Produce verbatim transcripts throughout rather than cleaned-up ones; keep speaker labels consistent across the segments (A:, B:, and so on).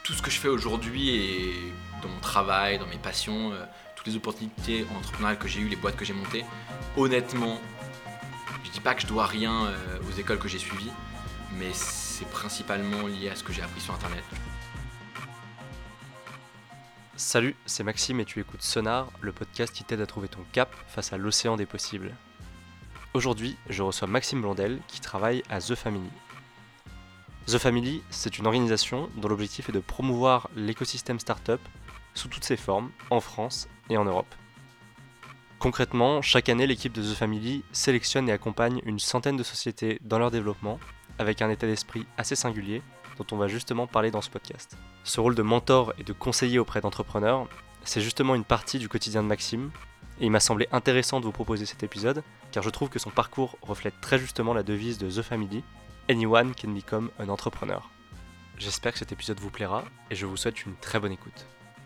A: tout ce que je fais aujourd'hui et dans mon travail, dans mes passions, euh, toutes les opportunités entrepreneuriales que j'ai eues, les boîtes que j'ai montées, honnêtement, je dis pas que je dois rien euh, aux écoles que j'ai suivies, mais c'est principalement lié à ce que j'ai appris sur Internet.
B: Salut, c'est Maxime et tu écoutes Sonar, le podcast qui t'aide à trouver ton cap face à l'océan des possibles. Aujourd'hui, je reçois Maxime Blondel qui travaille à The Family. The Family, c'est une organisation dont l'objectif est de promouvoir l'écosystème startup sous toutes ses formes en France et en Europe. Concrètement, chaque année, l'équipe de The Family sélectionne et accompagne une centaine de sociétés dans leur développement avec un état d'esprit assez singulier dont on va justement parler dans ce podcast. Ce rôle de mentor et de conseiller auprès d'entrepreneurs, c'est justement une partie du quotidien de Maxime, et il m'a semblé intéressant de vous proposer cet épisode, car je trouve que son parcours reflète très justement la devise de The Family, Anyone can become an entrepreneur. J'espère que cet épisode vous plaira, et je vous souhaite une très bonne écoute.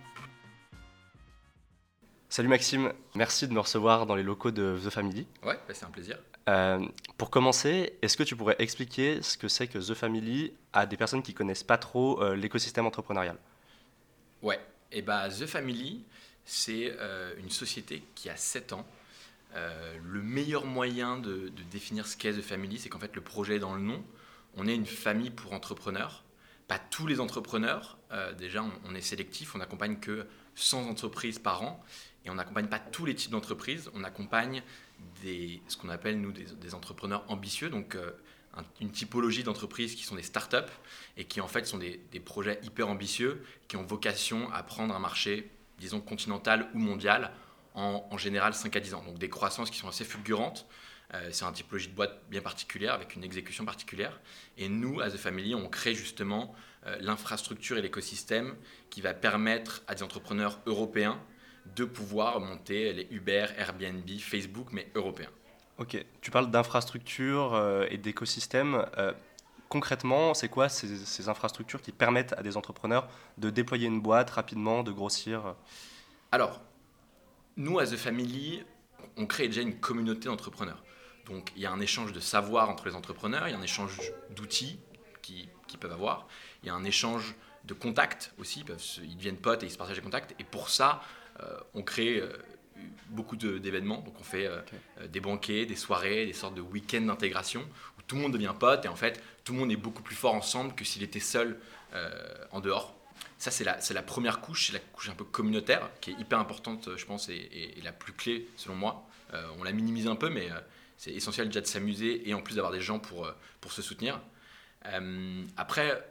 B: Salut Maxime, merci de me recevoir dans les locaux de The Family.
A: Ouais, bah c'est un plaisir.
B: Euh, pour commencer, est-ce que tu pourrais expliquer ce que c'est que The Family à des personnes qui connaissent pas trop euh, l'écosystème entrepreneurial ?
A: Ouais, et bah The Family, c'est euh, une société qui a sept ans. Euh, le meilleur moyen de, de définir ce qu'est The Family, c'est qu'en fait le projet est dans le nom. On est une famille pour entrepreneurs. Pas tous les entrepreneurs, euh, déjà on, on est sélectif, on n'accompagne que cent entreprises par an. Et on n'accompagne pas tous les types d'entreprises, on accompagne des, ce qu'on appelle nous des, des entrepreneurs ambitieux, donc euh, un, une typologie d'entreprises qui sont des startups et qui en fait sont des, des projets hyper ambitieux qui ont vocation à prendre un marché, disons continental ou mondial, en, en général cinq à dix ans. Donc des croissances qui sont assez fulgurantes. Euh, c'est une typologie de boîte bien particulière avec une exécution particulière. Et nous, à The Family, on crée justement euh, l'infrastructure et l'écosystème qui va permettre à des entrepreneurs européens de pouvoir monter les Uber, Airbnb, Facebook, mais européens.
B: Ok, tu parles d'infrastructures euh, et d'écosystèmes. Euh, concrètement, c'est quoi ces, ces infrastructures qui permettent à des entrepreneurs de déployer une boîte rapidement, de grossir ?
A: Alors, nous, à The Family, on crée déjà une communauté d'entrepreneurs. Donc, il y a un échange de savoir entre les entrepreneurs, il y a un échange d'outils qu'ils, qu'ils peuvent avoir, il y a un échange de contacts aussi, ils, peuvent se, ils deviennent potes et ils se partagent les contacts. Et pour ça, euh, on crée euh, beaucoup de, d'événements. Donc, on fait euh, okay. des banquets, des soirées, des sortes de week-ends d'intégration où tout le monde devient pote et en fait, tout le monde est beaucoup plus fort ensemble que s'il était seul euh, en dehors. Ça, c'est la, c'est la première couche, c'est la couche un peu communautaire, qui est hyper importante, je pense, et, et, et la plus clé, selon moi. Euh, on la minimise un peu, mais euh, c'est essentiel déjà de s'amuser et en plus d'avoir des gens pour, euh, pour se soutenir. Euh, après,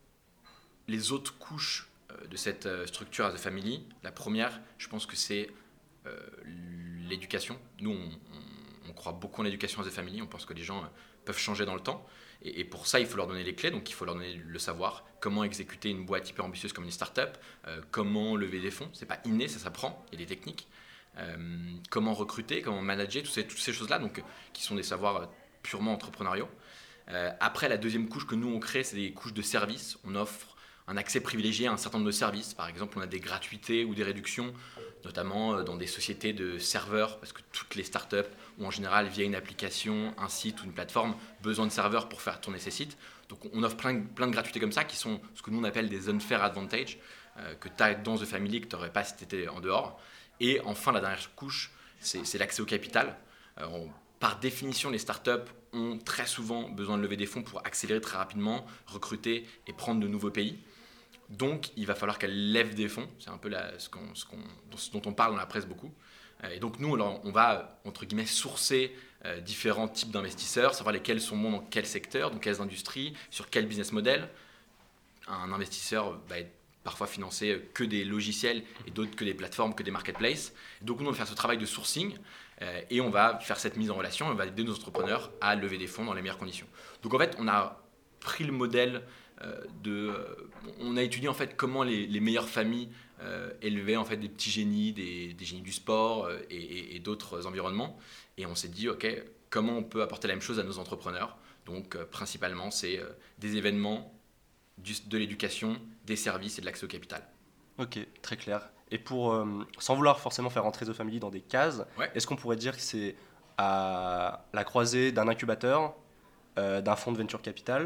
A: les autres couches euh, de cette euh, structure à The Family, la première, je pense que c'est euh, l'éducation. Nous, on, on, on croit beaucoup en l'éducation à The Family, on pense que les gens euh, peuvent changer dans le temps. Et, et pour ça, il faut leur donner les clés, donc il faut leur donner le savoir, comment exécuter une boîte hyper ambitieuse comme une start-up, euh, comment lever des fonds, c'est pas inné, ça s'apprend, il y a des techniques, euh, comment recruter, comment manager, toutes ces, toutes ces choses-là, donc, qui sont des savoirs purement entrepreneuriaux. Euh, après, la deuxième couche que nous on crée, c'est des couches de services, on offre un accès privilégié à un certain nombre de services, par exemple on a des gratuités ou des réductions, notamment dans des sociétés de serveurs, parce que toutes les startups ont en général, via une application, un site ou une plateforme, besoin de serveurs pour faire tourner ces sites. Donc on offre plein, plein de gratuités comme ça, qui sont ce que nous on appelle des unfair advantage, euh, que tu as dans The Family, que tu n'aurais pas si tu étais en dehors. Et enfin, la dernière couche, c'est, c'est l'accès au capital. Euh, on, par définition, les startups ont très souvent besoin de lever des fonds pour accélérer très rapidement, recruter et prendre de nouveaux pays. Donc, il va falloir qu'elle lève des fonds. C'est un peu la, ce, qu'on, ce, qu'on, ce dont on parle dans la presse beaucoup. Et donc, nous, alors, on va, entre guillemets, sourcer euh, différents types d'investisseurs, savoir lesquels sont bons dans quel secteur, dans quelles industries, sur quel business model. Un investisseur va être parfois financer que des logiciels et d'autres que des plateformes, que des marketplaces. Donc, nous, on va faire ce travail de sourcing euh, et on va faire cette mise en relation. On va aider nos entrepreneurs à lever des fonds dans les meilleures conditions. Donc, en fait, on a pris le modèle Euh, de, euh, on a étudié en fait comment les, les meilleures familles euh, élevaient en fait des petits génies, des, des génies du sport euh, et, et, et d'autres environnements. Et on s'est dit, ok, comment on peut apporter la même chose à nos entrepreneurs ? Donc euh, principalement, c'est euh, des événements, du, de l'éducation, des services et de l'accès au capital.
B: Ok, très clair. Et pour, euh, sans vouloir forcément faire rentrer The Family dans des cases,
A: ouais.
B: Est-ce qu'on pourrait dire que c'est à la croisée d'un incubateur, euh, d'un fonds de venture capital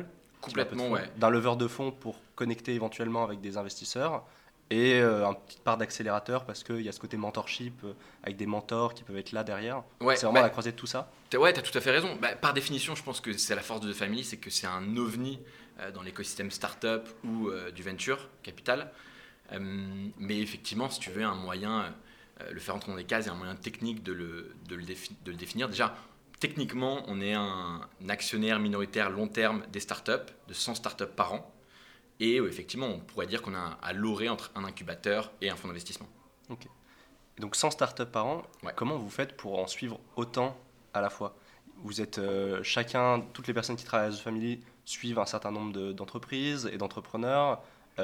A: Complètement, ouais.
B: D'un leveur de fonds pour connecter éventuellement avec des investisseurs et euh, une petite part d'accélérateur parce qu'il y a ce côté mentorship euh, avec des mentors qui peuvent être là derrière.
A: Ouais,
B: C'est vraiment
A: bah,
B: la croisée de tout ça.
A: t'as, ouais, t'as tout à fait raison. Bah, par définition, je pense que c'est la force de The Family, c'est que c'est un ovni euh, dans l'écosystème startup ou euh, du venture capital. Euh, mais effectivement, si tu veux un moyen, euh, le faire entrer dans des cases et un moyen technique de le, de le, défi- de le définir. Déjà, techniquement, on est un, un actionnaire minoritaire long terme des startups, de cent startups par an. Et euh, effectivement, on pourrait dire qu'on a un, à l'orée entre un incubateur et un fonds d'investissement.
B: Ok. Et donc cent startups par an,
A: Ouais.
B: comment vous faites pour en suivre autant à la fois? Vous êtes euh, chacun, toutes les personnes qui travaillent à The Family suivent un certain nombre de- d'entreprises et d'entrepreneurs.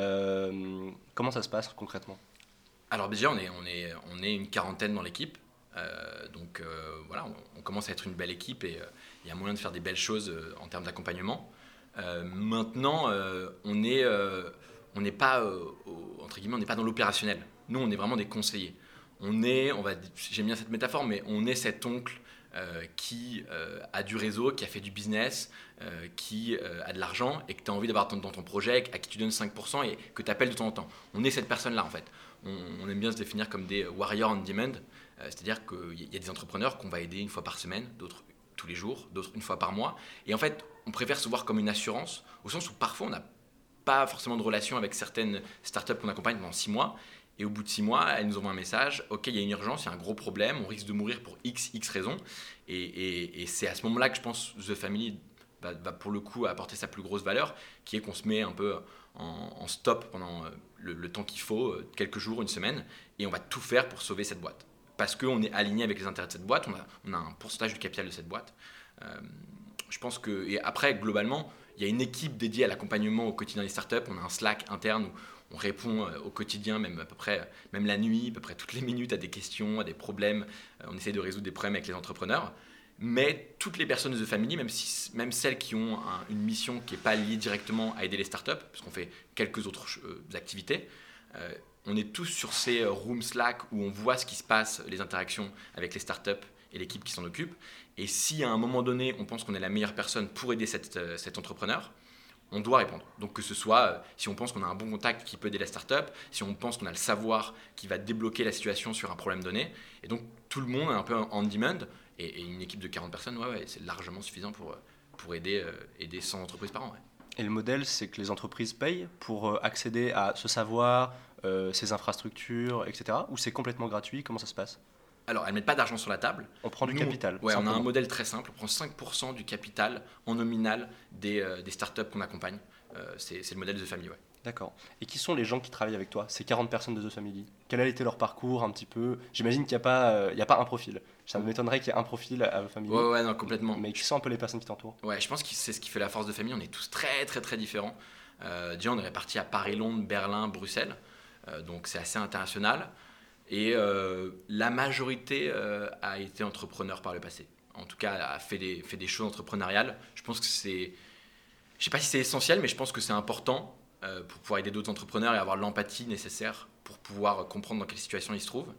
B: Euh, comment ça se passe concrètement?
A: Alors déjà, on est, on est, on est une quarantaine dans l'équipe. Euh, donc euh, voilà, on, on commence à être une belle équipe et euh, il y a moyen de faire des belles choses euh, en termes d'accompagnement. Euh, maintenant, euh, on est, euh, on n'est pas, euh, au- entre guillemets, on n'est pas dans l'opérationnel. Nous, on est vraiment des conseillers. On est, on va, j'aime bien cette métaphore, mais on est cet oncle euh, qui euh, a du réseau, qui a fait du business, euh, qui euh, a de l'argent et que tu as envie d'avoir dans ton projet, à qui tu donnes cinq pour cent et que tu appelles de temps en temps. On est cette personne-là en fait. On, on aime bien se définir comme des warriors on demand, euh, c'est-à-dire qu'il y a des entrepreneurs qu'on va aider une fois par semaine, d'autres tous les jours, d'autres une fois par mois. Et en fait, on préfère se voir comme une assurance, au sens où parfois on n'a pas forcément de relation avec certaines startups qu'on accompagne pendant six mois. Et au bout de six mois, elles nous envoient un message, ok, il y a une urgence, il y a un gros problème, on risque de mourir pour X, X raisons. Et, et- et c'est à ce moment-là que je pense The Family va, va pour le coup apporter sa plus grosse valeur, qui est qu'on se met un peu en, en stop pendant euh, le, le temps qu'il faut, euh, quelques jours, une semaine, et on va tout faire pour sauver cette boîte. Parce qu'on est aligné avec les intérêts de cette boîte, on a, on a un pourcentage du capital de cette boîte. Euh, je pense que, et après, globalement, il y a une équipe dédiée à l'accompagnement au quotidien des startups. On a un Slack interne où on répond euh, au quotidien, même à peu près, même la nuit, à peu près toutes les minutes, à des questions, à des problèmes. Euh, on essaie de résoudre des problèmes avec les entrepreneurs. Mais toutes les personnes de The Family, même, si, même celles qui ont un- une mission qui n'est pas liée directement à aider les startups, parce qu'on fait quelques autres euh, activités, euh, on est tous sur ces euh, rooms Slack où on voit ce qui se passe, les interactions avec les startups et l'équipe qui s'en occupe. Et si à un moment donné, on pense qu'on est la meilleure personne pour aider cette, euh, cet entrepreneur, on doit répondre. Donc que ce soit euh, si on pense qu'on a un bon contact qui peut aider la startup, si on pense qu'on a le savoir qui va débloquer la situation sur un problème donné. Et donc tout le monde est un peu en demand. Et, et une équipe de quarante personnes, ouais, ouais, c'est largement suffisant pour, euh, pour aider, euh, aider cent entreprises par an. Ouais.
B: Et le modèle, c'est que les entreprises payent pour euh, accéder à ce savoir, euh, ces infrastructures, et cetera. Ou c'est complètement gratuit? Comment ça se passe?
A: Alors, elles ne mettent pas d'argent sur la table.
B: On prend du
A: Nous,
B: capital,
A: ouais, on a un
B: simplement.
A: modèle très simple. On prend cinq pour cent du capital en nominal des, euh, des startups qu'on accompagne. Euh, c'est, c'est le modèle de famille, ouais.
B: D'accord. Et qui sont les gens qui travaillent avec toi, ces quarante personnes de The Family? Quel a été leur parcours un petit peu? J'imagine qu'il n'y a, pas, euh, il y a pas un profil. Ça m'étonnerait qu'il y ait un profil à The Family.
A: Ouais, ouais, non, complètement.
B: Mais qui sont un peu les personnes qui t'entourent?
A: Ouais, je pense que c'est ce qui fait la force de famille. On est tous très, très, très différents. Euh, déjà, on est répartis à Paris, Londres, Berlin, Bruxelles. Euh, donc, c'est assez international. Et euh, la majorité euh, a été entrepreneur par le passé. En tout cas, a fait des, fait des choses entrepreneuriales. Je pense que c'est. Je ne sais pas si c'est essentiel, mais je pense que c'est important euh, pour pouvoir aider d'autres entrepreneurs et avoir l'empathie nécessaire pour pouvoir comprendre dans quelle situation ils se trouvent.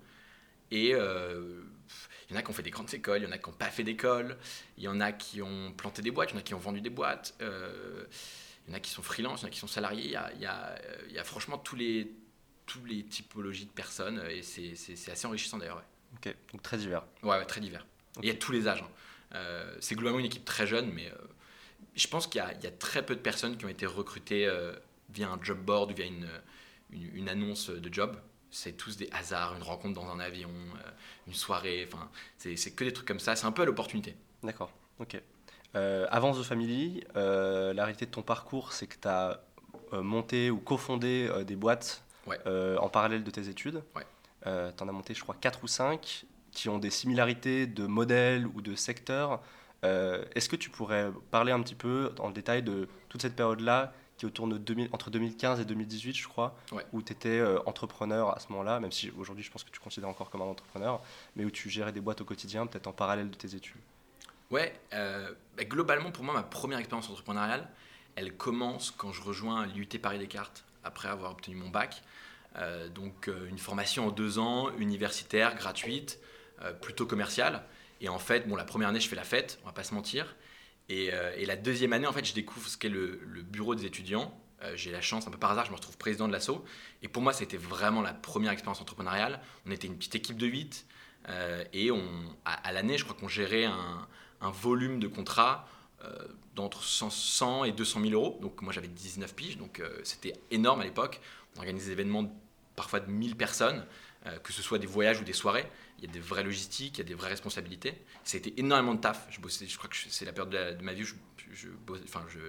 A: Et euh, il y en a qui ont fait des grandes écoles, il y en a qui n'ont pas fait d'école, il y en a qui ont planté des boîtes, il y en a qui ont vendu des boîtes, euh, il y en a qui sont freelance, il y en a qui sont salariés. Il y a, il y a, il y a franchement tous les, tous les typologies de personnes et c'est, c'est, c'est assez enrichissant d'ailleurs. Ouais,
B: Ok, donc très divers.
A: ouais, ouais, très divers.
B: Ok.
A: Et il y a tous les âges. Hein. Euh, c'est globalement une équipe très jeune, mais euh, je pense qu'il y a, il y a très peu de personnes qui ont été recrutées euh, via un job board ou via une, une, une annonce de job. C'est tous des hasards, une rencontre dans un avion, euh, une soirée, enfin, c'est, c'est que des trucs comme ça. C'est un peu à l'opportunité.
B: D'accord, ok. Euh, avant The Family, euh, la réalité de ton parcours, c'est que tu as euh, monté ou cofondé euh, des boîtes
A: Ouais.
B: euh, en parallèle de tes études.
A: Ouais.
B: Euh, tu en as monté, je crois, quatre ou cinq qui ont des similarités de modèles ou de secteurs. Euh, est-ce que tu pourrais parler un petit peu en détail de toute cette période-là qui est autour de deux mille, entre deux mille quinze et deux mille dix-huit, je crois,
A: Ouais.
B: où tu étais euh, entrepreneur à ce moment-là, même si aujourd'hui je pense que tu te considères encore comme un entrepreneur, mais où tu gérais des boîtes au quotidien, peut-être en parallèle de tes études.
A: Ouais, euh, bah, globalement, pour moi, ma première expérience entrepreneuriale, elle commence quand je rejoins l'U T Paris Descartes après avoir obtenu mon bac. Euh, donc, euh, une formation en deux ans, universitaire, gratuite, euh, plutôt commerciale. Et en fait, bon, la première année, je fais la fête, on va pas se mentir. Et, euh, et la deuxième année, en fait, je découvre ce qu'est le, le bureau des étudiants. Euh, j'ai la chance, un peu par hasard, je me retrouve président de l'asso. Et pour moi, c'était vraiment la première expérience entrepreneuriale. On était une petite équipe de huit. Euh, et on, à, à l'année, je crois qu'on gérait un, un volume de contrats euh, d'entre cent et deux cent mille euros. Donc moi, j'avais dix-neuf piges. Donc euh, c'était énorme à l'époque. On organisait des événements parfois de mille personnes, euh, que ce soit des voyages ou des soirées. Il y a des vraies logistiques, il y a des vraies responsabilités. Ça a été énormément de taf. Je, bossais, je crois que c'est la période de, la, de ma vie où je, je, bossais, enfin, je,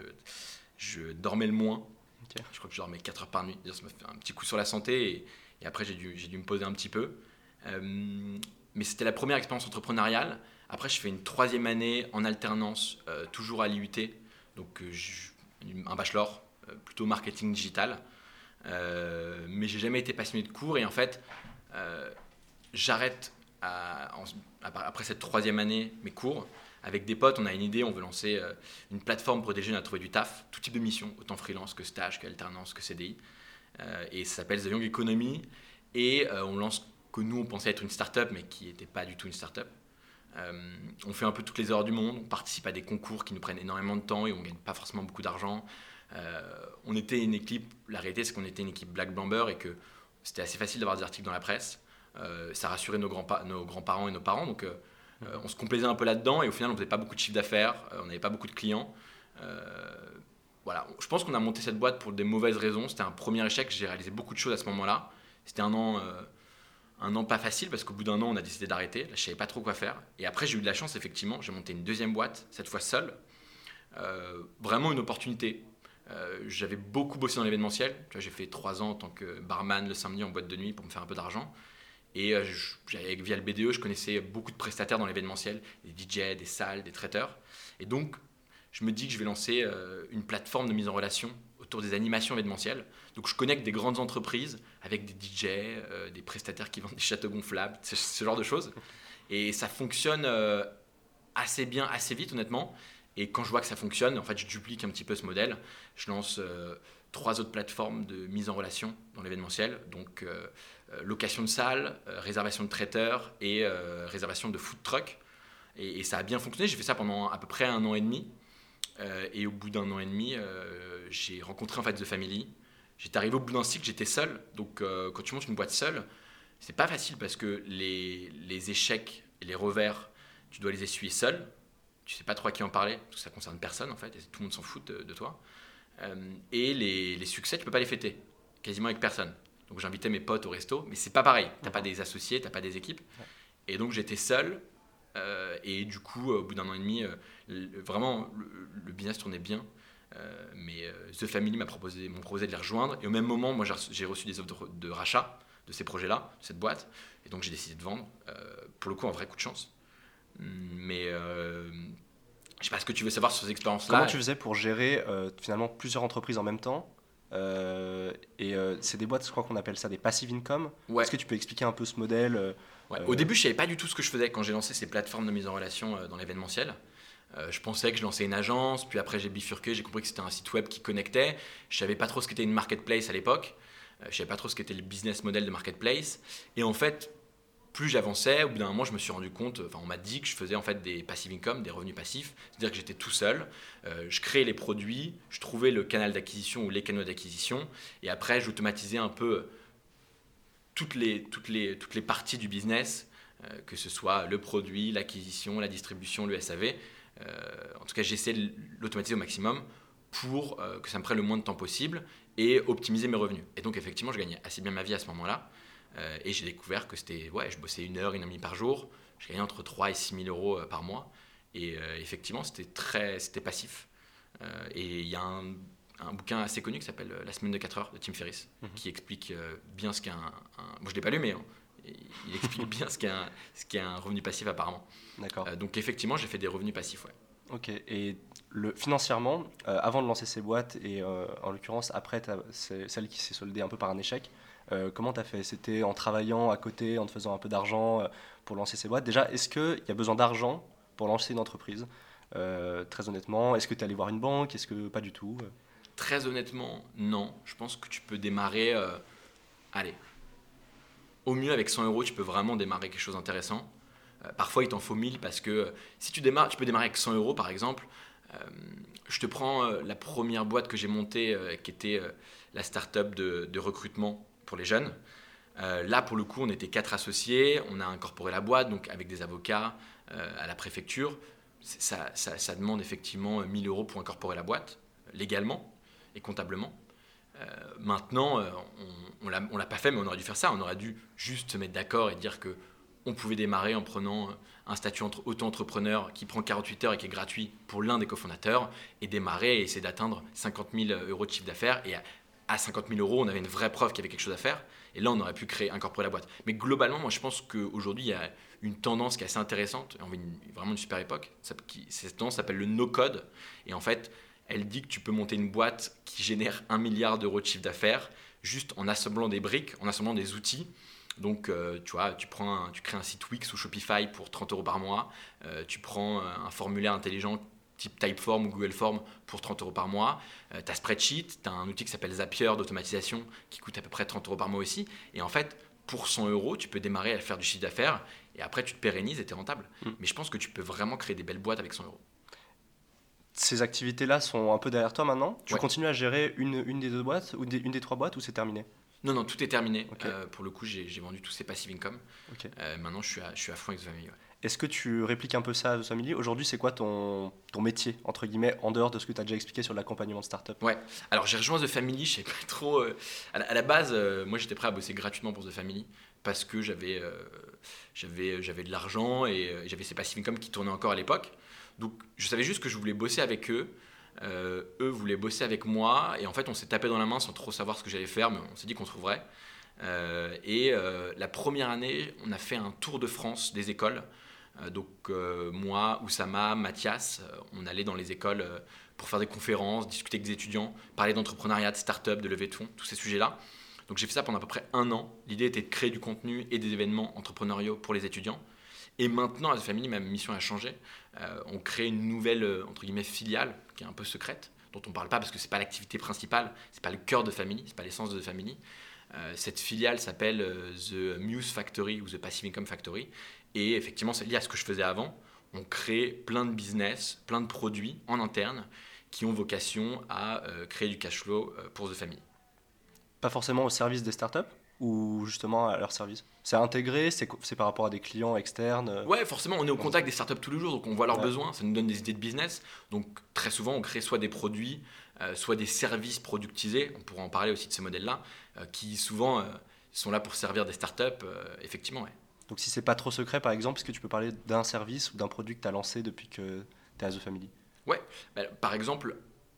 A: je dormais le moins. Okay. Je crois que je dormais quatre heures par nuit. Ça m'a fait un petit coup sur la santé et, et après j'ai dû, j'ai dû me poser un petit peu. Euh, mais c'était la première expérience entrepreneuriale. Après, je fais une troisième année en alternance, euh, toujours à l'I U T, donc euh, je, un bachelor, euh, plutôt marketing digital. Euh, mais j'ai jamais été passionné de cours et en fait, euh, j'arrête à, en, après cette troisième année mes cours. Avec des potes, on a une idée, on veut lancer euh, une plateforme pour aider les jeunes à trouver du taf, tout type de mission, autant freelance que stage, qu'alternance, que C D I. Euh, et ça s'appelle The Young Economy. Et euh, on lance que nous, on pensait être une start-up, mais qui n'était pas du tout une start-up. Euh, on fait un peu toutes les heures du monde, on participe à des concours qui nous prennent énormément de temps et on ne gagne pas forcément beaucoup d'argent. Euh, on était une équipe, la réalité c'est qu'on était une équipe Black Blamber et que c'était assez facile d'avoir des articles dans la presse. Euh, ça rassurait nos, grands-pa- nos grands-parents et nos parents, donc euh, euh, on se complaisait un peu là-dedans et au final on ne faisait pas beaucoup de chiffre d'affaires, euh, on n'avait pas beaucoup de clients. Euh, voilà. Je pense qu'on a monté cette boîte pour des mauvaises raisons, c'était un premier échec, j'ai réalisé beaucoup de choses à ce moment-là. C'était un an... Euh, Un an pas facile parce qu'au bout d'un an, on a décidé d'arrêter. Là, je ne savais pas trop quoi faire. Et après, j'ai eu de la chance, effectivement. J'ai monté une deuxième boîte, cette fois seule. Euh, vraiment une opportunité. Euh, j'avais beaucoup bossé dans l'événementiel. Tu vois, j'ai fait trois ans en tant que barman le samedi en boîte de nuit pour me faire un peu d'argent. Et euh, je, via le B D E, je connaissais beaucoup de prestataires dans l'événementiel, des D J, des salles, des traiteurs. Et donc, je me dis que je vais lancer euh, une plateforme de mise en relation autour des animations événementielles. Donc je connecte des grandes entreprises avec des D J, euh, des prestataires qui vendent des châteaux gonflables, ce, ce genre de choses. Et ça fonctionne euh, assez bien, assez vite honnêtement. Et quand je vois que ça fonctionne, en fait, je duplique un petit peu ce modèle. Je lance euh, trois autres plateformes de mise en relation dans l'événementiel. Donc euh, euh, location de salles, euh, réservation de traiteurs et euh, réservation de food truck. Et, et ça a bien fonctionné. J'ai fait ça pendant à peu près un an et demi. Euh, et au bout d'un an et demi, euh, j'ai rencontré en fait The Family. J'étais arrivé au bout d'un cycle, j'étais seul. Donc euh, quand tu montes une boîte seule, c'est pas facile parce que les, les échecs et les revers, tu dois les essuyer seul. Tu sais pas trop à qui en parler parce que ça concerne personne en fait. Et tout le monde s'en fout de, de toi. Euh, et les, les succès, tu peux pas les fêter quasiment avec personne. Donc j'invitais mes potes au resto, mais c'est pas pareil. T'as pas des associés, t'as pas des équipes. Et donc j'étais seul. Euh, et du coup, au bout d'un an et demi, euh, le, vraiment, le, le business tournait bien. Euh, mais euh, The Family m'a proposé, m'a proposé de les rejoindre. Et au même moment, moi, j'ai reçu, j'ai reçu des offres de, de rachat de ces projets-là, de cette boîte. Et donc, j'ai décidé de vendre. Euh, pour le coup, un vrai coup de chance. Mais euh, je sais pas ce que tu veux savoir sur ces expériences-là.
B: Comment tu faisais pour gérer euh, finalement plusieurs entreprises en même temps euh, et euh, c'est des boîtes, je crois qu'on appelle ça des passive income. Ouais. Est-ce que tu peux expliquer un peu ce modèle euh,
A: ouais. Au début, je savais pas du tout ce que je faisais quand j'ai lancé ces plateformes de mise en relation euh, dans l'événementiel. Euh, je pensais que je lançais une agence, puis après j'ai bifurqué, j'ai compris que c'était un site web qui connectait. Je savais pas trop ce qu'était une marketplace à l'époque. Euh, je savais pas trop ce qu'était le business model de marketplace. Et en fait, plus j'avançais, au bout d'un moment, je me suis rendu compte, enfin, on m'a dit que je faisais en fait des passive income, des revenus passifs, c'est-à-dire que j'étais tout seul, euh, je créais les produits, je trouvais le canal d'acquisition ou les canaux d'acquisition, et après j'automatisais un peu toutes les, toutes les, toutes les parties du business, euh, que ce soit le produit, l'acquisition, la distribution, le S A V. Euh, en tout cas, j'essaie de l'automatiser au maximum pour euh, que ça me prenne le moins de temps possible et optimiser mes revenus. Et donc effectivement, je gagnais assez bien ma vie à ce moment-là. Euh, et j'ai découvert que c'était, ouais, je bossais une heure, une heure et demie par jour. Je gagnais entre trois et six mille euros euh, par mois. Et euh, effectivement, c'était, très, c'était passif. Euh, et il y a un, un bouquin assez connu qui s'appelle La semaine de quatre heures de Tim Ferriss, mmh. qui explique euh, bien ce qu'est un... un... Bon, je ne l'ai pas lu, mais hein, il explique bien ce qu'est, un, ce qu'est un revenu passif apparemment.
B: D'accord.
A: Euh, donc effectivement, j'ai fait des revenus passifs, ouais.
B: Ok. Et le, financièrement, euh, avant de lancer ces boîtes, et euh, en l'occurrence, après, c'est celle qui s'est soldée un peu par un échec, Euh, comment tu as fait ? C'était en travaillant à côté, en te faisant un peu d'argent euh, pour lancer ces boîtes. Déjà, est-ce qu'il y a besoin d'argent pour lancer une entreprise ? euh, Très honnêtement, est-ce que tu es allé voir une banque ? Est-ce que pas du tout ?
A: Très honnêtement, non. Je pense que tu peux démarrer... Euh, allez, au mieux avec cent euros, tu peux vraiment démarrer quelque chose d'intéressant. Euh, parfois, il t'en faut mille parce que euh, si tu démarres, tu peux démarrer avec cent euros par exemple. Euh, je te prends euh, la première boîte que j'ai montée, euh, qui était euh, la start-up de, de recrutement pour les jeunes. Euh, là, pour le coup, on était quatre associés, on a incorporé la boîte, donc avec des avocats euh, à la préfecture. Ça, ça, ça demande effectivement mille euros pour incorporer la boîte, légalement et comptablement. Euh, maintenant, euh, on ne l'a pas fait, mais on aurait dû faire ça. On aurait dû juste se mettre d'accord et dire qu'on pouvait démarrer en prenant un statut auto-entrepreneur qui prend quarante-huit heures et qui est gratuit pour l'un des cofondateurs, et démarrer et essayer d'atteindre cinquante mille euros de chiffre d'affaires. Et à, à cinquante mille euros, on avait une vraie preuve qu'il y avait quelque chose à faire. Et là, on aurait pu créer, incorporer la boîte. Mais globalement, moi, je pense qu'aujourd'hui, il y a une tendance qui est assez intéressante. On vit une, vraiment une super époque. Ça, qui, cette tendance s'appelle le no-code. Et en fait, elle dit que tu peux monter une boîte qui génère un milliard d'euros de chiffre d'affaires juste en assemblant des briques, en assemblant des outils. Donc, euh, tu vois, tu, prends un, tu crées un site Wix ou Shopify pour trente euros par mois. Euh, tu prends un formulaire intelligent type Typeform ou Google Form pour trente euros par mois. Euh, tu as Spreadsheet, tu as un outil qui s'appelle Zapier d'automatisation qui coûte à peu près trente euros par mois aussi. Et en fait, pour cent euros, tu peux démarrer à faire du chiffre d'affaires et après, tu te pérennises et tu es rentable. Mm. Mais je pense que tu peux vraiment créer des belles boîtes avec cent euros.
B: Ces activités-là sont un peu derrière toi maintenant. Tu
A: ouais.
B: continues à gérer une, une des deux boîtes ou des, une des trois boîtes ou c'est terminé?
A: Non, non, tout est terminé.
B: Okay.
A: Euh, pour le coup, j'ai, j'ai vendu tous ces passive income.
B: Okay.
A: Euh, maintenant, je suis à, je suis à fond avec The Family. Ouais.
B: Est-ce que tu répliques un peu ça à The Family? Aujourd'hui, c'est quoi ton, ton métier, entre guillemets, en dehors de ce que tu as déjà expliqué sur l'accompagnement de start-up?
A: Ouais, alors j'ai rejoint The Family, je sais pas trop. Euh, à, la, à la base, euh, moi j'étais prêt à bosser gratuitement pour The Family parce que j'avais, euh, j'avais, j'avais de l'argent et euh, j'avais ces passive income qui tournaient encore à l'époque. Donc je savais juste que je voulais bosser avec eux. Euh, eux voulaient bosser avec moi et en fait on s'est tapé dans la main sans trop savoir ce que j'allais faire, mais on s'est dit qu'on trouverait. Euh, et euh, la première année, on a fait un tour de France des écoles. Euh, donc euh, moi, Oussama, Mathias, euh, on allait dans les écoles euh, pour faire des conférences, discuter avec des étudiants, parler d'entrepreneuriat, de start-up, de levée de fonds, tous ces sujets-là. Donc j'ai fait ça pendant à peu près un an. L'idée était de créer du contenu et des événements entrepreneuriaux pour les étudiants. Et maintenant, à The Family, ma mission a changé. Euh, on crée une nouvelle, euh, entre guillemets, filiale, qui est un peu secrète, dont on ne parle pas parce que ce n'est pas l'activité principale, ce n'est pas le cœur de Family, ce n'est pas l'essence de The Family. Euh, cette filiale s'appelle euh, The Muse Factory ou The Passive Income Factory. Et effectivement, c'est lié à ce que je faisais avant. On crée plein de business, plein de produits en interne qui ont vocation à euh, créer du cash flow euh, pour The Family.
B: Pas forcément au service des startups ou justement à leur service? C'est intégré, c'est, c'est par rapport à des clients externes?
A: Ouais, forcément, on est au contact des startups tous les jours, donc on voit leurs
B: ouais.
A: besoins, ça nous donne des idées de business. Donc très souvent, on crée soit des produits, euh, soit des services productisés, on pourra en parler aussi de ce modèle-là, euh, qui souvent euh, sont là pour servir des startups, euh, effectivement. Ouais.
B: Donc si c'est pas trop secret, par exemple, est-ce que tu peux parler d'un service ou d'un produit que tu as lancé depuis que tu es à The Family?
A: Ouais, bah, par exemple,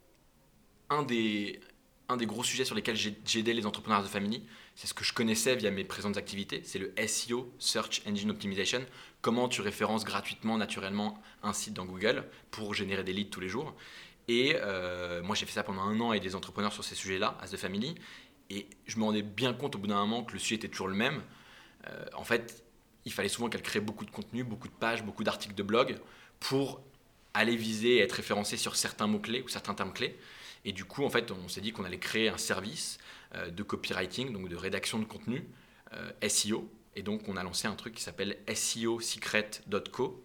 A: un des... Un des gros sujets sur lesquels j'ai, j'ai aidé les entrepreneurs de Family, c'est ce que je connaissais via mes présentes activités, c'est le S E O, Search Engine Optimization. Comment tu références gratuitement, naturellement, un site dans Google pour générer des leads tous les jours. Et euh, moi, j'ai fait ça pendant un an avec des entrepreneurs sur ces sujets-là, à The Family. Et je me rendais bien compte au bout d'un moment que le sujet était toujours le même. Euh, en fait, il fallait souvent qu'elles créent beaucoup de contenu, beaucoup de pages, beaucoup d'articles de blog pour aller viser et être référencé sur certains mots-clés ou certains termes-clés. Et du coup, en fait, on s'est dit qu'on allait créer un service euh, de copywriting, donc de rédaction de contenu, euh, S E O. Et donc, on a lancé un truc qui s'appelle S E O secret dot co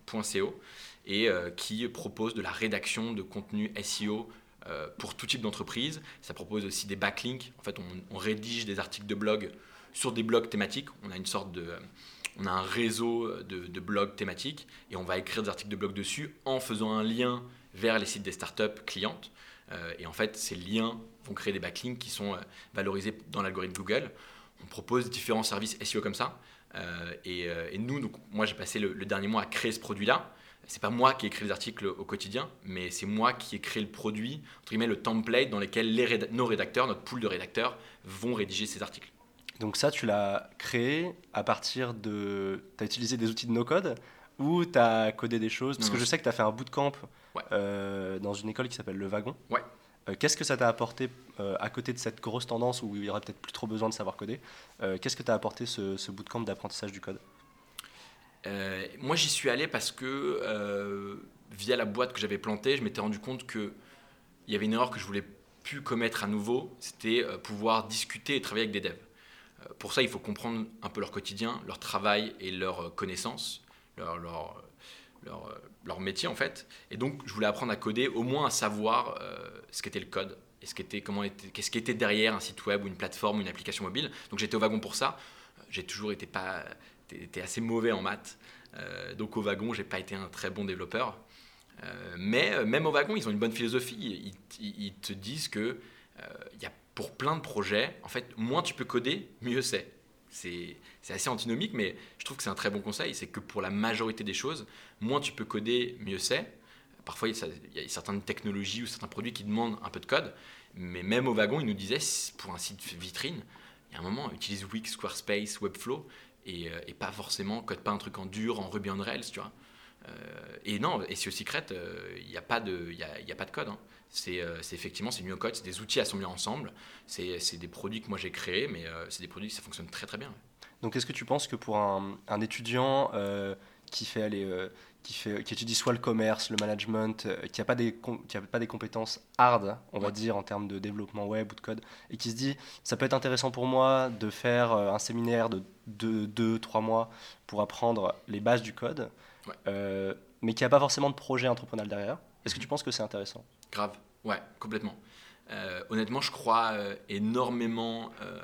A: et euh, qui propose de la rédaction de contenu S E O euh, pour tout type d'entreprise. Ça propose aussi des backlinks. En fait, on, on rédige des articles de blog sur des blogs thématiques. On a une sorte de... Euh, on a un réseau de, de blogs thématiques et on va écrire des articles de blog dessus en faisant un lien vers les sites des startups clientes. Euh, et en fait, ces liens vont créer des backlinks qui sont euh, valorisés dans l'algorithme Google. On propose différents services S E O comme ça. Euh, et, euh, et nous, donc, moi, j'ai passé le, le dernier mois à créer ce produit-là. C'est pas moi qui ai écrit les articles au quotidien, mais c'est moi qui ai créé le produit, entre guillemets, le template dans lequel les réda- nos rédacteurs, notre pool de rédacteurs, vont rédiger ces articles.
B: Donc ça, tu l'as créé à partir de... Tu as utilisé des outils de no-code ou tu as codé des choses? Parce
A: non,
B: que
A: non,
B: je sais que tu as fait un bootcamp
A: ouais.
B: euh, dans une école qui s'appelle Le Wagon.
A: Ouais.
B: Euh, qu'est-ce que ça t'a apporté euh, à côté de cette grosse tendance où il y aurait peut-être plus trop besoin de savoir coder? euh, Qu'est-ce que t'as apporté ce, ce bootcamp d'apprentissage du code?
A: euh, Moi, j'y suis allé parce que euh, via la boîte que j'avais plantée, je m'étais rendu compte qu'il y avait une erreur que je voulais plus commettre à nouveau, c'était euh, pouvoir discuter et travailler avec des devs. Euh, pour ça, il faut comprendre un peu leur quotidien, leur travail et leurs connaissances, leur, leur, leur, euh, leur métier en fait. Et donc je voulais apprendre à coder, au moins à savoir euh, ce qu'était le code et ce qu'était, comment était, qu'est-ce qui était derrière un site web ou une plateforme ou une application mobile. Donc j'étais au wagon pour ça. J'ai toujours été, pas, été assez mauvais en maths. Euh, donc au wagon, j'ai pas été un très bon développeur. Euh, mais euh, même au wagon, ils ont une bonne philosophie. Ils, ils, ils te disent que euh, y a, pour plein de projets, en fait, moins tu peux coder, mieux c'est. C'est, c'est assez antinomique, mais je trouve que c'est un très bon conseil. C'est que pour la majorité des choses, moins tu peux coder, mieux c'est. Parfois, il y a certaines technologies ou certains produits qui demandent un peu de code. Mais même au wagon, ils nous disaient, pour un site vitrine, il y a un moment, utilise Wix, Squarespace, Webflow, et, euh, et pas forcément, code pas un truc en dur, en Ruby on Rails, tu vois. Euh, et non, S E O Secret, il euh, n'y a, a, a pas de code. Hein. C'est, euh, c'est effectivement, c'est mieux code, c'est des outils assemblés ensemble. C'est, c'est des produits que moi j'ai créés, mais euh, c'est des produits qui ça fonctionne très très bien.
B: Donc est-ce que tu penses que pour un, un étudiant euh, qui, fait, allez, euh, qui, fait, qui étudie soit le commerce, le management, euh, qui n'a pas, pas des compétences hard, on va ouais. dire, en termes de développement web ou de code, et qui se dit, ça peut être intéressant pour moi de faire euh, un séminaire de deux trois mois pour apprendre les bases du code, ouais. euh, mais qui n'a pas forcément de projet entrepreneurial derrière, est-ce que tu penses que c'est intéressant ?
A: Grave, ouais, complètement. Euh, honnêtement, je crois euh, énormément euh,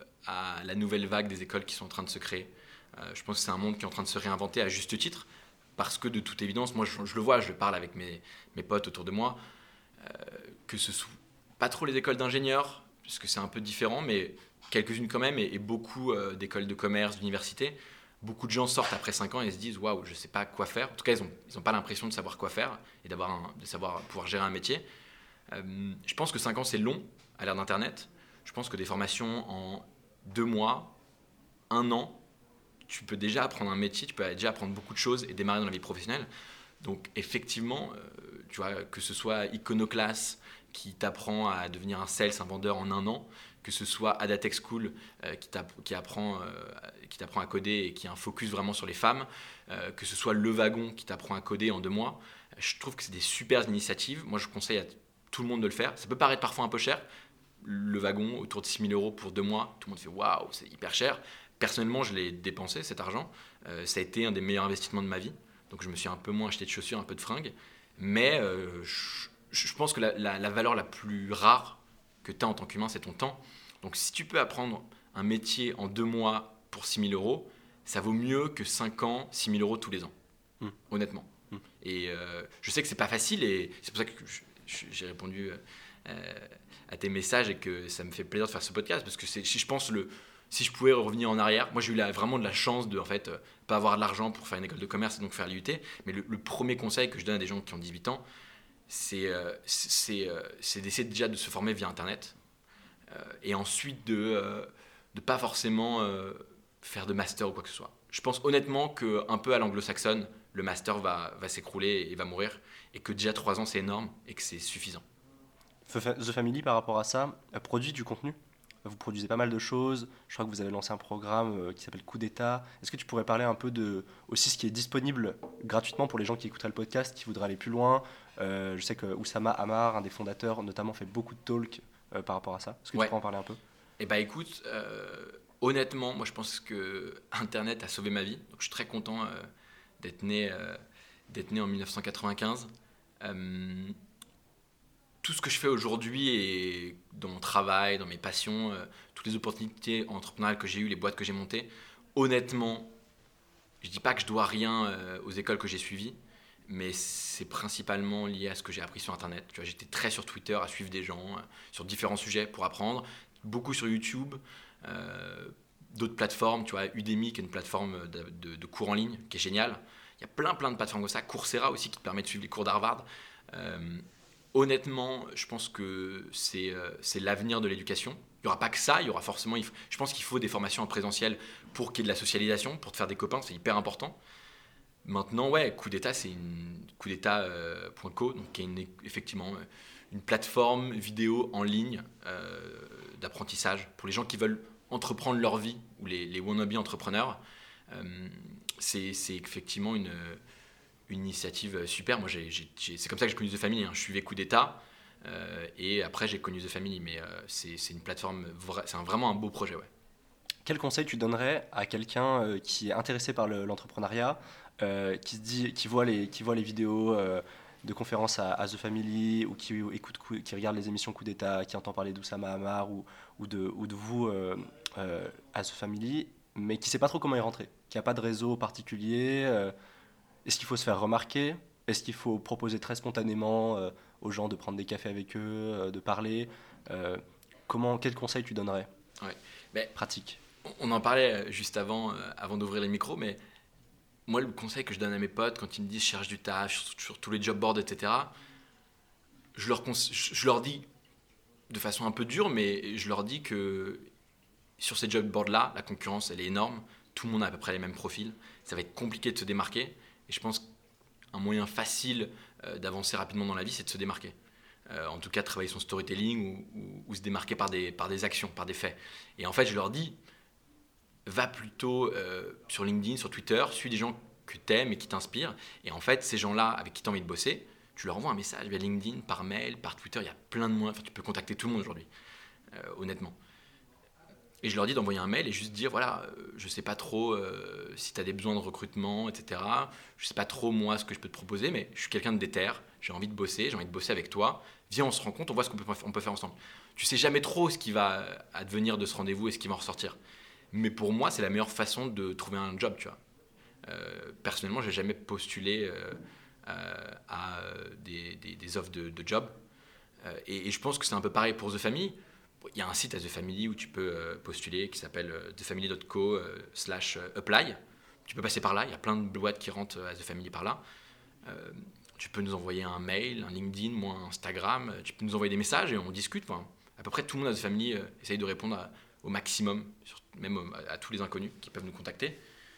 A: à la nouvelle vague des écoles qui sont en train de se créer. Euh, je pense que c'est un monde qui est en train de se réinventer à juste titre, parce que de toute évidence, moi je, je le vois, je le parle avec mes, mes potes autour de moi, euh, que ce soit pas trop les écoles d'ingénieurs, puisque c'est un peu différent, mais quelques-unes quand même, et, et beaucoup euh, d'écoles de commerce, d'université. Beaucoup de gens sortent après cinq ans et se disent « Waouh, je ne sais pas quoi faire ». En tout cas, ils n'ont ils ont pas l'impression de savoir quoi faire et d'avoir un, de savoir pouvoir gérer un métier. Euh, je pense que cinq ans, c'est long à l'ère d'Internet. Je pense que des formations en deux mois, un an, tu peux déjà apprendre un métier, tu peux déjà apprendre beaucoup de choses et démarrer dans la vie professionnelle. Donc effectivement, euh, tu vois, que ce soit Iconoclast qui t'apprend à devenir un sales, un vendeur en un an, que ce soit Adatech School euh, qui, qui, apprend, euh, qui t'apprend à coder et qui a un focus vraiment sur les femmes, euh, que ce soit Le Wagon qui t'apprend à coder en deux mois. Je trouve que c'est des super initiatives. Moi, je conseille à tout le monde de le faire. Ça peut paraître parfois un peu cher. Le Wagon, autour de six mille euros pour deux mois, tout le monde fait « Waouh, c'est hyper cher ». Personnellement, je l'ai dépensé, cet argent. Euh, ça a été un des meilleurs investissements de ma vie. Donc, je me suis un peu moins acheté de chaussures, un peu de fringues. Mais euh, je, je pense que la, la, la valeur la plus rare que tu as en tant qu'humain, c'est ton temps. Donc, si tu peux apprendre un métier en deux mois pour six mille euros, ça vaut mieux que cinq ans, six mille euros tous les ans. Mmh. Honnêtement. Mmh. Et euh, je sais que c'est pas facile et c'est pour ça que je, je, j'ai répondu euh, à tes messages et que ça me fait plaisir de faire ce podcast parce que c'est, je pense, le, si je pouvais revenir en arrière, moi j'ai eu la, vraiment de la chance de en fait, euh, pas avoir de l'argent pour faire une école de commerce et donc faire l'I U T. Mais le, le premier conseil que je donne à des gens qui ont dix-huit ans, c'est, euh, c'est, euh, c'est d'essayer déjà de se former via Internet. Euh, et ensuite de ne euh, pas forcément euh, faire de master ou quoi que ce soit. Je pense honnêtement qu'un peu à l'anglo-saxonne, le master va, va s'écrouler et va mourir, et que déjà trois ans c'est énorme et que c'est suffisant.
B: The Family, par rapport à ça, produit du contenu. Vous produisez pas mal de choses. Je crois que vous avez lancé un programme qui s'appelle Coup d'État. Est-ce que tu pourrais parler un peu de aussi ce qui est disponible gratuitement pour les gens qui écouteraient le podcast, qui voudraient aller plus loin. euh, Je sais que Oussama Hamar, un des fondateurs, notamment fait beaucoup de talks euh, par rapport à ça. Est-ce que
A: ouais.
B: tu pourrais en parler un peu ?
A: Eh bien écoute, euh, honnêtement, moi je pense que Internet a sauvé ma vie. Donc je suis très content euh, d'être né, euh, d'être né en dix-neuf cent quatre-vingt-quinze. Euh, tout ce que je fais aujourd'hui et dans mon travail, dans mes passions, euh, toutes les opportunités entrepreneuriales que j'ai eues, les boîtes que j'ai montées, honnêtement, je ne dis pas que je dois rien euh, aux écoles que j'ai suivies, mais c'est principalement lié à ce que j'ai appris sur Internet. Tu vois, j'étais très sur Twitter à suivre des gens euh, sur différents sujets pour apprendre, beaucoup sur YouTube, euh, d'autres plateformes, tu vois, Udemy qui est une plateforme de, de, de cours en ligne qui est géniale. Il y a plein plein de plateformes comme ça, Coursera aussi qui te permet de suivre les cours d'Harvard. Euh, Honnêtement, je pense que c'est, euh, c'est l'avenir de l'éducation. Il n'y aura pas que ça, il y aura forcément, il faut, je pense qu'il faut des formations en présentiel pour qu'il y ait de la socialisation, pour te faire des copains, c'est hyper important. Maintenant, ouais, Coup d'État, c'est une coup d'état point co, donc qui est une, effectivement une plateforme vidéo en ligne euh, d'apprentissage pour les gens qui veulent entreprendre leur vie ou les, les wannabe entrepreneurs. Euh, c'est, c'est effectivement une une initiative super. Moi, j'ai, j'ai, c'est comme ça que j'ai connu The Family. Hein. Je suivais Coup d'État euh, et après j'ai connu The Family. Mais euh, c'est, c'est une plateforme, c'est un, vraiment un beau projet. Ouais.
B: Quel conseil tu donnerais à quelqu'un euh, qui est intéressé par le- l'entrepreneuriat, euh, qui, se dit, qui, voit les, qui voit les vidéos euh, de conférences à, à The Family, ou qui, écoute, Coup- qui regarde les émissions Coup d'État, qui entend parler d'Oussama Hamar ou, ou, de, ou de vous euh, euh, à The Family, mais qui ne sait pas trop comment y rentrer, qui n'a pas de réseau particulier. euh, Est-ce qu'il faut se faire remarquer? Est-ce qu'il faut proposer très spontanément euh, aux gens de prendre des cafés avec eux, euh, de parler? Euh, comment, quel conseil tu donnerais?
A: Ouais. Mais
B: Pratique.
A: on en parlait euh, juste avant, euh, avant d'ouvrir les micros, mais moi, le conseil que je donne à mes potes quand ils me disent je cherche du taf sur, sur tous les job boards, et cetera, je leur, cons- je je leur dis de façon un peu dure, mais je leur dis que sur ces job boards-là, la concurrence, elle est énorme. Tout le monde a à peu près les mêmes profils. Ça va être compliqué de se démarquer. Et je pense qu'un moyen facile euh, d'avancer rapidement dans la vie, c'est de se démarquer. Euh, en tout cas, travailler son storytelling ou, ou- ou se démarquer par des, par des actions, par des faits. Et en fait, je leur dis, va plutôt euh, sur LinkedIn, sur Twitter, suis des gens que tu aimes et qui t'inspirent. Et en fait, ces gens-là avec qui tu as envie de bosser, tu leur envoies un message via LinkedIn, par mail, par Twitter. Il y a plein de moyens. Enfin, tu peux contacter tout le monde aujourd'hui, euh, honnêtement. Et je leur dis d'envoyer un mail et juste dire voilà, euh, je sais pas trop euh, si tu as des besoins de recrutement, et cetera. Je sais pas trop moi ce que je peux te proposer, mais je suis quelqu'un de déter, j'ai envie de bosser, j'ai envie de bosser avec toi. Viens, on se rencontre, on voit ce qu'on peut, on peut faire ensemble. Tu sais jamais trop ce qui va advenir de ce rendez-vous et ce qui va en ressortir. Mais pour moi, c'est la meilleure façon de trouver un job, tu vois. Euh, personnellement, j'ai jamais postulé euh, euh, à des, des- des offres de, de job. Euh, et, et je pense que c'est un peu pareil pour The Family. Il y a un site à The Family où tu peux euh, postuler qui s'appelle euh, the family dot co euh, slash apply. Tu peux passer par là, il y a plein de boîtes qui rentrent à The Family par là. Euh, tu peux nous envoyer un mail, un LinkedIn, moi un Instagram, euh, tu peux nous envoyer des messages et on discute. Enfin, à peu près tout le monde à The Family euh, essaye de répondre à- au maximum, sur- même au- à, tous les inconnus qui peuvent nous contacter.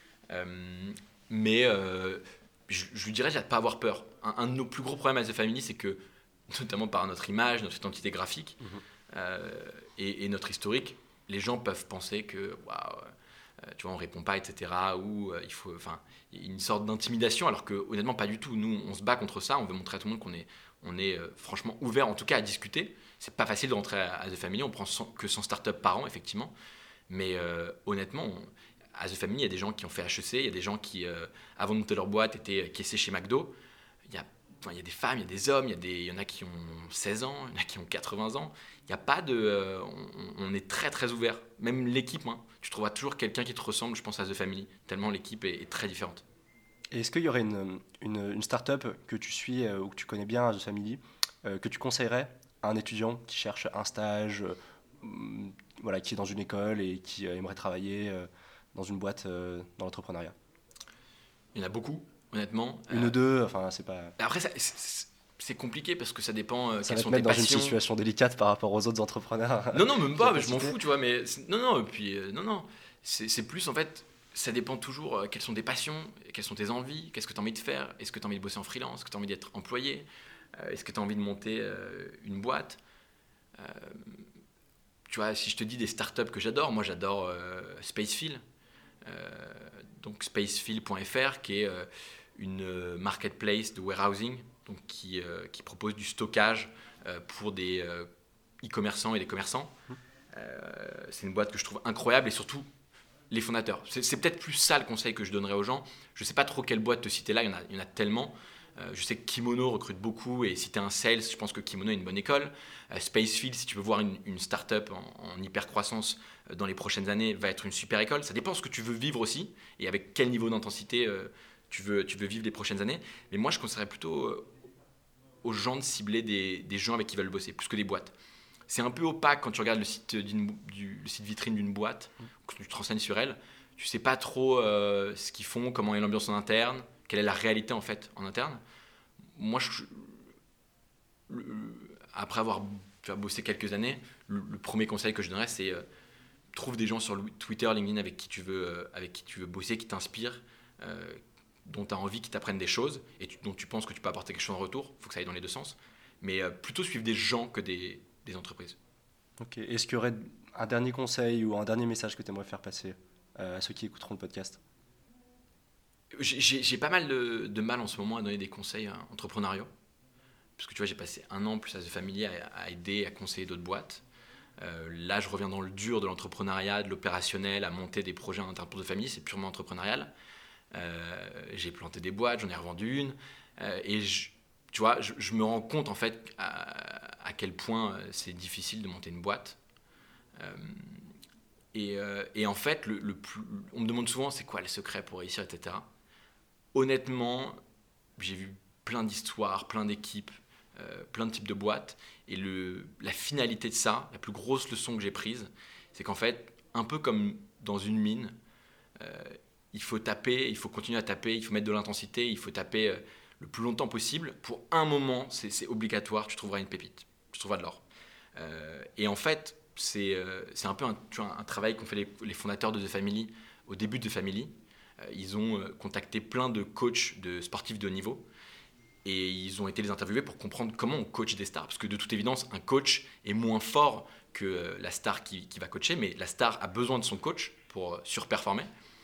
A: Euh, mais euh, je, je lui dirais déjà de ne pas avoir peur. Un, un de nos plus gros problèmes à The Family, c'est que, notamment par notre image, notre identité graphique,
B: Mhm.
A: euh, et, et notre historique, les gens peuvent penser que waouh, euh, tu vois, on répond pas, et cetera. Ou euh, il faut, enfin, il y a une sorte d'intimidation, alors que honnêtement pas du tout. Nous, on se bat contre ça. On veut montrer à tout le monde qu'on est, on est euh, franchement ouvert, en tout cas à discuter. C'est pas facile de rentrer à, à The Family. On prend cent- que cent startups par an, effectivement. Mais euh, honnêtement, on- à The Family, il y a des gens qui ont fait H E C, il y a des gens qui, euh, avant de monter leur boîte, étaient caissiers chez McDo. Il y a, enfin, il y a des femmes, il y a des hommes, il y, a des, il y en a qui ont seize ans, il y en a qui ont quatre-vingts ans. Il y a pas de, euh, on, on est très très ouvert. Même l'équipe, hein, tu trouveras toujours quelqu'un qui te ressemble, je pense, à The Family, tellement l'équipe est, est très différente.
B: Et est-ce qu'il y aurait une, une, une start-up que tu suis euh, ou que tu connais bien à The Family euh, que tu conseillerais à un étudiant qui cherche un stage, euh, mm, voilà, qui est dans une école et qui euh, aimerait travailler euh, dans une boîte euh, dans l'entrepreneuriat?
A: Il y en a beaucoup, honnêtement.
B: Une
A: Euh,
B: ou deux, enfin, c'est pas.
A: après, ça- c'est c'est compliqué parce que ça dépend euh,
B: Ça
A: quelles
B: va te
A: sont tes
B: mettre dans une
A: passions.
B: situation délicate par rapport aux autres entrepreneurs
A: Non, non, même
B: qu'il n'y a
A: pas,
B: pas
A: je m'en
B: cité.
A: fous, tu vois, mais c'est- non, non, et puis, euh, non, non, c'est c'est plus en fait, ça dépend toujours euh, quelles sont tes passions, quelles sont tes envies, qu'est-ce que tu as envie de faire, est-ce que tu as envie de bosser en freelance, est-ce que tu as envie d'être employé, euh, est-ce que tu as envie de monter euh, une boîte. Euh, Tu vois, si je te dis des startups que j'adore, moi j'adore euh, Spacefill, euh, donc spacefill point f r, qui est euh, une euh, marketplace de warehousing, donc qui, euh, qui propose du stockage euh, pour des euh, e-commerçants et des commerçants. Euh, c'est une boîte que je trouve incroyable et surtout les fondateurs. C'est, c'est peut-être plus ça le conseil que je donnerais aux gens. Je ne sais pas trop quelle boîte te citer là, il y en a, il y en a tellement. Euh, je sais que Kimono recrute beaucoup et si tu es un sales, je pense que Kimono est une bonne école. Euh, Spacefield, si tu veux voir une, une startup en, en hyper croissance euh, dans les prochaines années, va être une super école. Ça dépend de ce que tu veux vivre aussi et avec quel niveau d'intensité euh, tu, veux, tu veux vivre les prochaines années. Mais moi, je conseillerais plutôt euh, aux gens de cibler des, des gens avec qui ils veulent bosser, plus que des boîtes. C'est un peu opaque quand tu regardes le site, d'une, du, le site vitrine d'une boîte, quand tu te renseignes sur elle. Tu sais pas trop euh, ce qu'ils font, comment est l'ambiance en interne, quelle est la réalité en fait en interne. Moi, je, le- après avoir tu vois, bossé quelques années, le, le premier conseil que je donnerais, c'est euh, trouve des gens sur le Twitter, LinkedIn avec qui tu veux, euh, avec qui tu veux bosser, qui t'inspirent, euh, dont tu as envie, qui t'apprennent des choses et tu- dont tu penses que tu peux apporter quelque chose en retour. Il faut que ça aille dans les deux sens. Mais euh, plutôt suivre des gens que des, des entreprises.
B: Ok. Est-ce qu'il y aurait un dernier conseil ou un dernier message que tu aimerais faire passer euh, à ceux qui écouteront le podcast?
A: J'ai, j'ai- j'ai pas mal de, de mal en ce moment à donner des conseils hein, entrepreneuriaux. Parce que tu vois, j'ai passé un an plus à The Family à, à aider, à conseiller d'autres boîtes. Euh, là, je reviens dans le dur de l'entrepreneuriat, de l'opérationnel, à monter des projets en interne pour de famille, c'est purement entrepreneurial. Euh, j'ai planté des boîtes, j'en ai revendu une. Euh, et je, tu vois, je, je me rends compte en fait à, à quel point c'est difficile de monter une boîte. Euh, et, euh, et en fait, le, le plus, on me demande souvent c'est quoi le secret pour réussir, et cetera. Honnêtement, j'ai vu plein d'histoires, plein d'équipes, euh, plein de types de boîtes. Et le, la finalité de ça, la plus grosse leçon que j'ai prise, c'est qu'en fait, un peu comme dans une mine, euh, il faut taper, il faut continuer à taper, il faut mettre de l'intensité, il faut taper euh, le plus longtemps possible. Pour un moment, c'est, c'est obligatoire, tu trouveras une pépite, tu trouveras de l'or. Euh, et en fait, c'est, euh, c'est un peu un, tu vois, un travail qu'ont fait les, les fondateurs de The Family au début de The Family. Euh, ils ont euh, contacté plein de coachs de sportifs de haut niveau et ils ont été les interviewer pour comprendre comment on coach des stars. Parce que de toute évidence, un coach est moins fort que euh, la star qui, qui va coacher, mais la star a besoin de son coach pour euh, surperformer.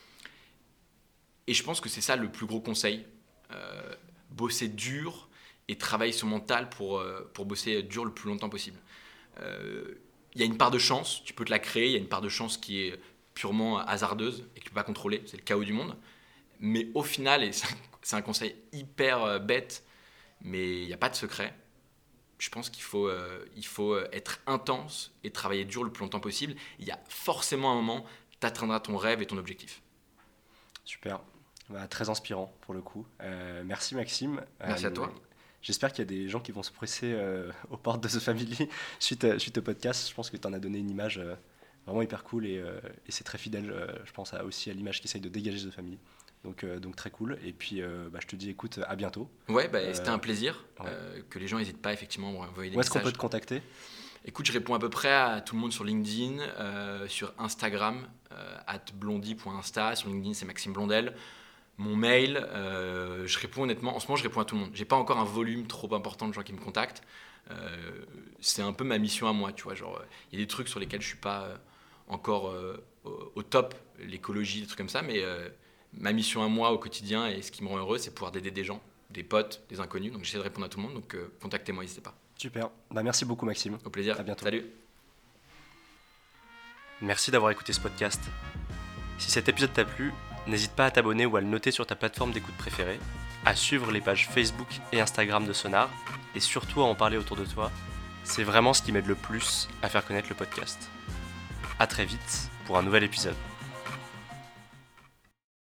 A: Et je pense que c'est ça le plus gros conseil. Euh, bosser dur et travailler son mental pour, euh, pour bosser dur le plus longtemps possible. Il euh, y a une part de chance, tu peux te la créer, il y a une part de chance qui est purement hasardeuse et que tu ne peux pas contrôler, c'est le chaos du monde. Mais au final, et c'est un, c'est un conseil hyper euh, bête, mais il n'y a pas de secret. Je pense qu'il faut, euh, il faut être intense et travailler dur le plus longtemps possible. Il y a forcément un moment, tu atteindras ton rêve et ton objectif.
B: Super. Bah, très inspirant pour le coup. Euh, merci Maxime.
A: Merci
B: euh,
A: à toi.
B: J'espère qu'il y a des gens qui vont se presser euh, aux portes de The Family suite, à, suite au podcast. Je pense que tu en as donné une image euh, vraiment hyper cool et, euh, et c'est très fidèle, euh, je pense, à, aussi à l'image qu'essaye de dégager The Family. Donc, euh, donc très cool. Et puis euh, bah, je te dis écoute, à bientôt.
A: Ouais, bah,
B: euh,
A: c'était un plaisir.
B: Ouais.
A: Euh, que les gens n'hésitent pas effectivement à envoyer des
B: Où est-ce
A: messages.
B: qu'on peut te contacter ?
A: Écoute, je réponds à peu près à tout le monde sur LinkedIn, euh, sur Instagram, euh, arobase blondie point insta. Sur LinkedIn, c'est Maxime Blondel. Mon mail, euh, je réponds honnêtement, en ce moment je réponds à tout le monde. J'ai pas encore un volume trop important de gens qui me contactent. Euh, c'est un peu ma mission à moi, tu vois. Genre, il y a des trucs sur lesquels je suis pas euh, encore euh, au, au top, l'écologie, des trucs comme ça, mais euh, ma mission à moi au quotidien et ce qui me rend heureux, c'est pouvoir aider des gens, des potes, des inconnus. Donc j'essaie de répondre à tout le monde, donc euh, contactez-moi, n'hésitez pas.
B: Super. Bah, merci beaucoup Maxime.
A: Au plaisir.
B: À bientôt.
A: Salut.
B: Merci d'avoir écouté ce podcast. Si cet épisode t'a plu, n'hésite pas à t'abonner ou à le noter sur ta plateforme d'écoute préférée, à suivre les pages Facebook et Instagram de Sonar, et surtout à en parler autour de toi. C'est vraiment ce qui m'aide le plus à faire connaître le podcast. À très vite pour un nouvel épisode.